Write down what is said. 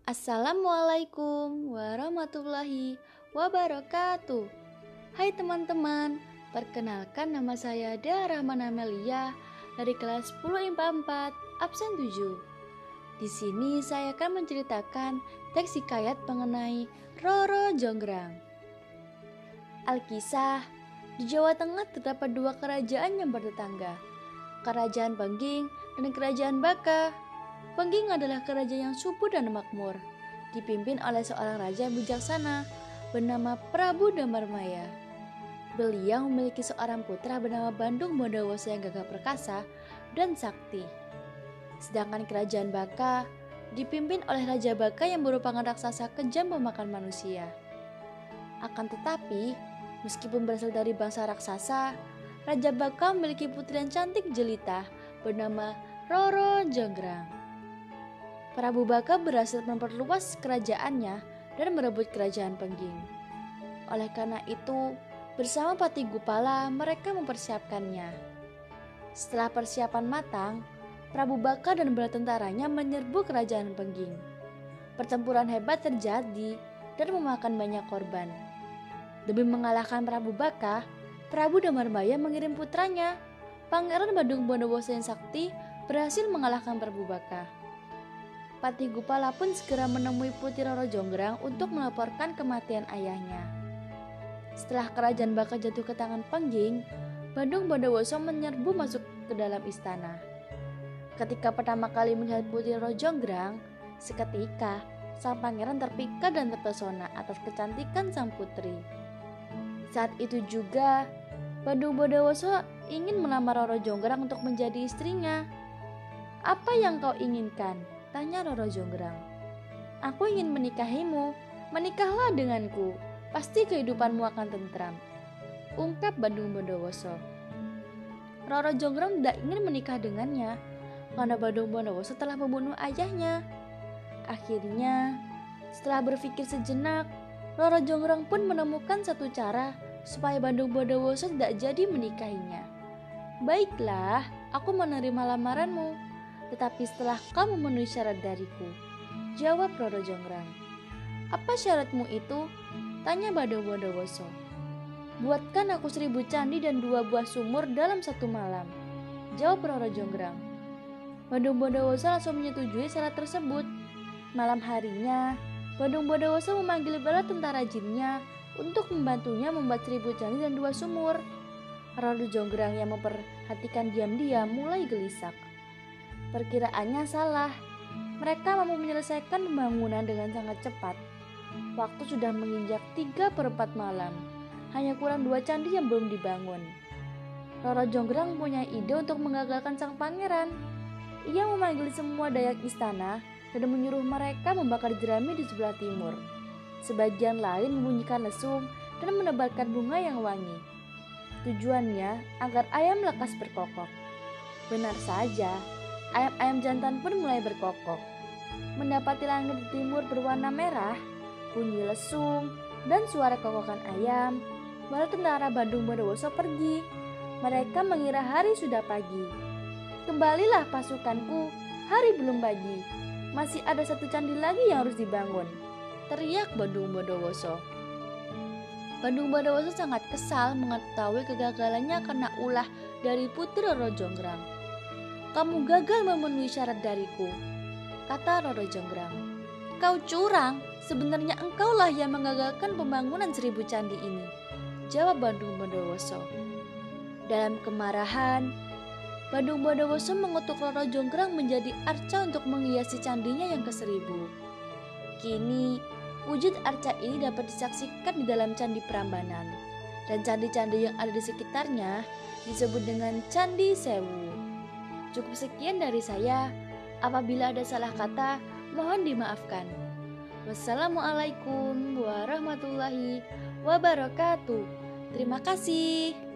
Assalamualaikum warahmatullahi wabarakatuh. Hai teman-teman, perkenalkan nama saya Dea Rahman Amelia dari kelas 10 IPA 4 absen 7. Di sini saya akan menceritakan teks hikayat mengenai Roro Jonggrang. Alkisah, di Jawa Tengah terdapat dua kerajaan yang bertetangga, Kerajaan Pengging dan Kerajaan Baka. Pengging adalah kerajaan yang subur dan makmur, dipimpin oleh seorang raja yang bijaksana bernama Prabu Damarmaya. Beliau memiliki seorang putra bernama Bandung Bondowoso yang gagah perkasa dan sakti. Sedangkan kerajaan Baka dipimpin oleh Raja Baka yang merupakan raksasa kejam pemakan manusia. Akan tetapi, meskipun berasal dari bangsa raksasa, Raja Baka memiliki putri yang cantik jelita bernama Roro Jonggrang. Prabu Baka berhasil memperluas kerajaannya dan merebut kerajaan Pengging. Oleh karena itu, bersama Pati Gupala mereka mempersiapkannya. Setelah persiapan matang, Prabu Baka dan bala tentaranya menyerbu kerajaan Pengging. Pertempuran hebat terjadi dan memakan banyak korban. Demi mengalahkan Prabu Baka, Prabu Damarmaya mengirim putranya, Pangeran Bandung Bondowoso yang sakti, berhasil mengalahkan Prabu Baka. Pati Gupala pun segera menemui Putri Roro Jonggrang untuk melaporkan kematian ayahnya. Setelah kerajaan Baka jatuh ke tangan Pengging, Bandung Bondowoso menyerbu masuk ke dalam istana. Ketika pertama kali melihat Putri Roro Jonggrang, seketika sang pangeran terpikat dan terpesona atas kecantikan sang putri. Saat itu juga, Bandung Bondowoso ingin melamar Roro Jonggrang untuk menjadi istrinya. "Apa yang kau inginkan?" tanya Roro Jonggrang. "Aku ingin menikahimu, menikahlah denganku, pasti kehidupanmu akan tentram," ungkap Bandung Bondowoso. Roro Jonggrang tidak ingin menikah dengannya, karena Bandung Bondowoso telah membunuh ayahnya. Akhirnya, setelah berpikir sejenak, Roro Jonggrang pun menemukan satu cara supaya Bandung Bondowoso tidak jadi menikahinya. "Baiklah, aku menerima lamaranmu, tetapi setelah kau memenuhi syarat dariku," jawab Roro Jonggrang. "Apa syaratmu itu?" tanya Bandung Bondowoso. "Buatkan aku 1000 candi dan 2 buah sumur dalam 1 malam," jawab Roro Jonggrang. Bandung Bondowoso langsung menyetujui syarat tersebut. Malam harinya, Bandung Bondowoso memanggil bala tentara jinnya untuk membantunya membuat 1000 candi dan 2 sumur. Roro Jonggrang yang memperhatikan diam-diam mulai gelisah. Perkiraannya salah. Mereka mampu menyelesaikan pembangunan dengan sangat cepat. Waktu sudah menginjak 3/4 malam. Hanya kurang 2 candi yang belum dibangun. Roro Jonggrang punya ide untuk menggagalkan sang pangeran. Ia memanggil semua dayak istana dan menyuruh mereka membakar jerami di sebelah timur. Sebagian lain membunyikan lesung dan menebarkan bunga yang wangi. Tujuannya agar ayam lekas berkokok. Benar saja, ayam-ayam jantan pun mulai berkokok. Mendapati langit di timur berwarna merah, bunyi lesung, dan suara kokokan ayam, bala tentara Bandung Bondowoso pergi. Mereka mengira hari sudah pagi. "Kembalilah pasukanku, hari belum pagi. Masih ada 1 candi lagi yang harus dibangun," teriak Bandung Bondowoso. Bandung Bondowoso sangat kesal mengetahui kegagalannya karena ulah dari Putri Roro Jonggrang. "Kamu gagal memenuhi syarat dariku," kata Roro Jonggrang. "Kau curang, sebenarnya engkaulah yang menggagalkan pembangunan 1000 candi ini," jawab Bandung Bondowoso. Dalam kemarahan, Bandung Bondowoso mengutuk Roro Jonggrang menjadi arca untuk menghiasi candinya yang ke-1000. Kini, wujud arca ini dapat disaksikan di dalam Candi Prambanan, dan candi-candi yang ada di sekitarnya disebut dengan Candi Sewu. Cukup sekian dari saya. Apabila ada salah kata, mohon dimaafkan. Wassalamualaikum warahmatullahi wabarakatuh. Terima kasih.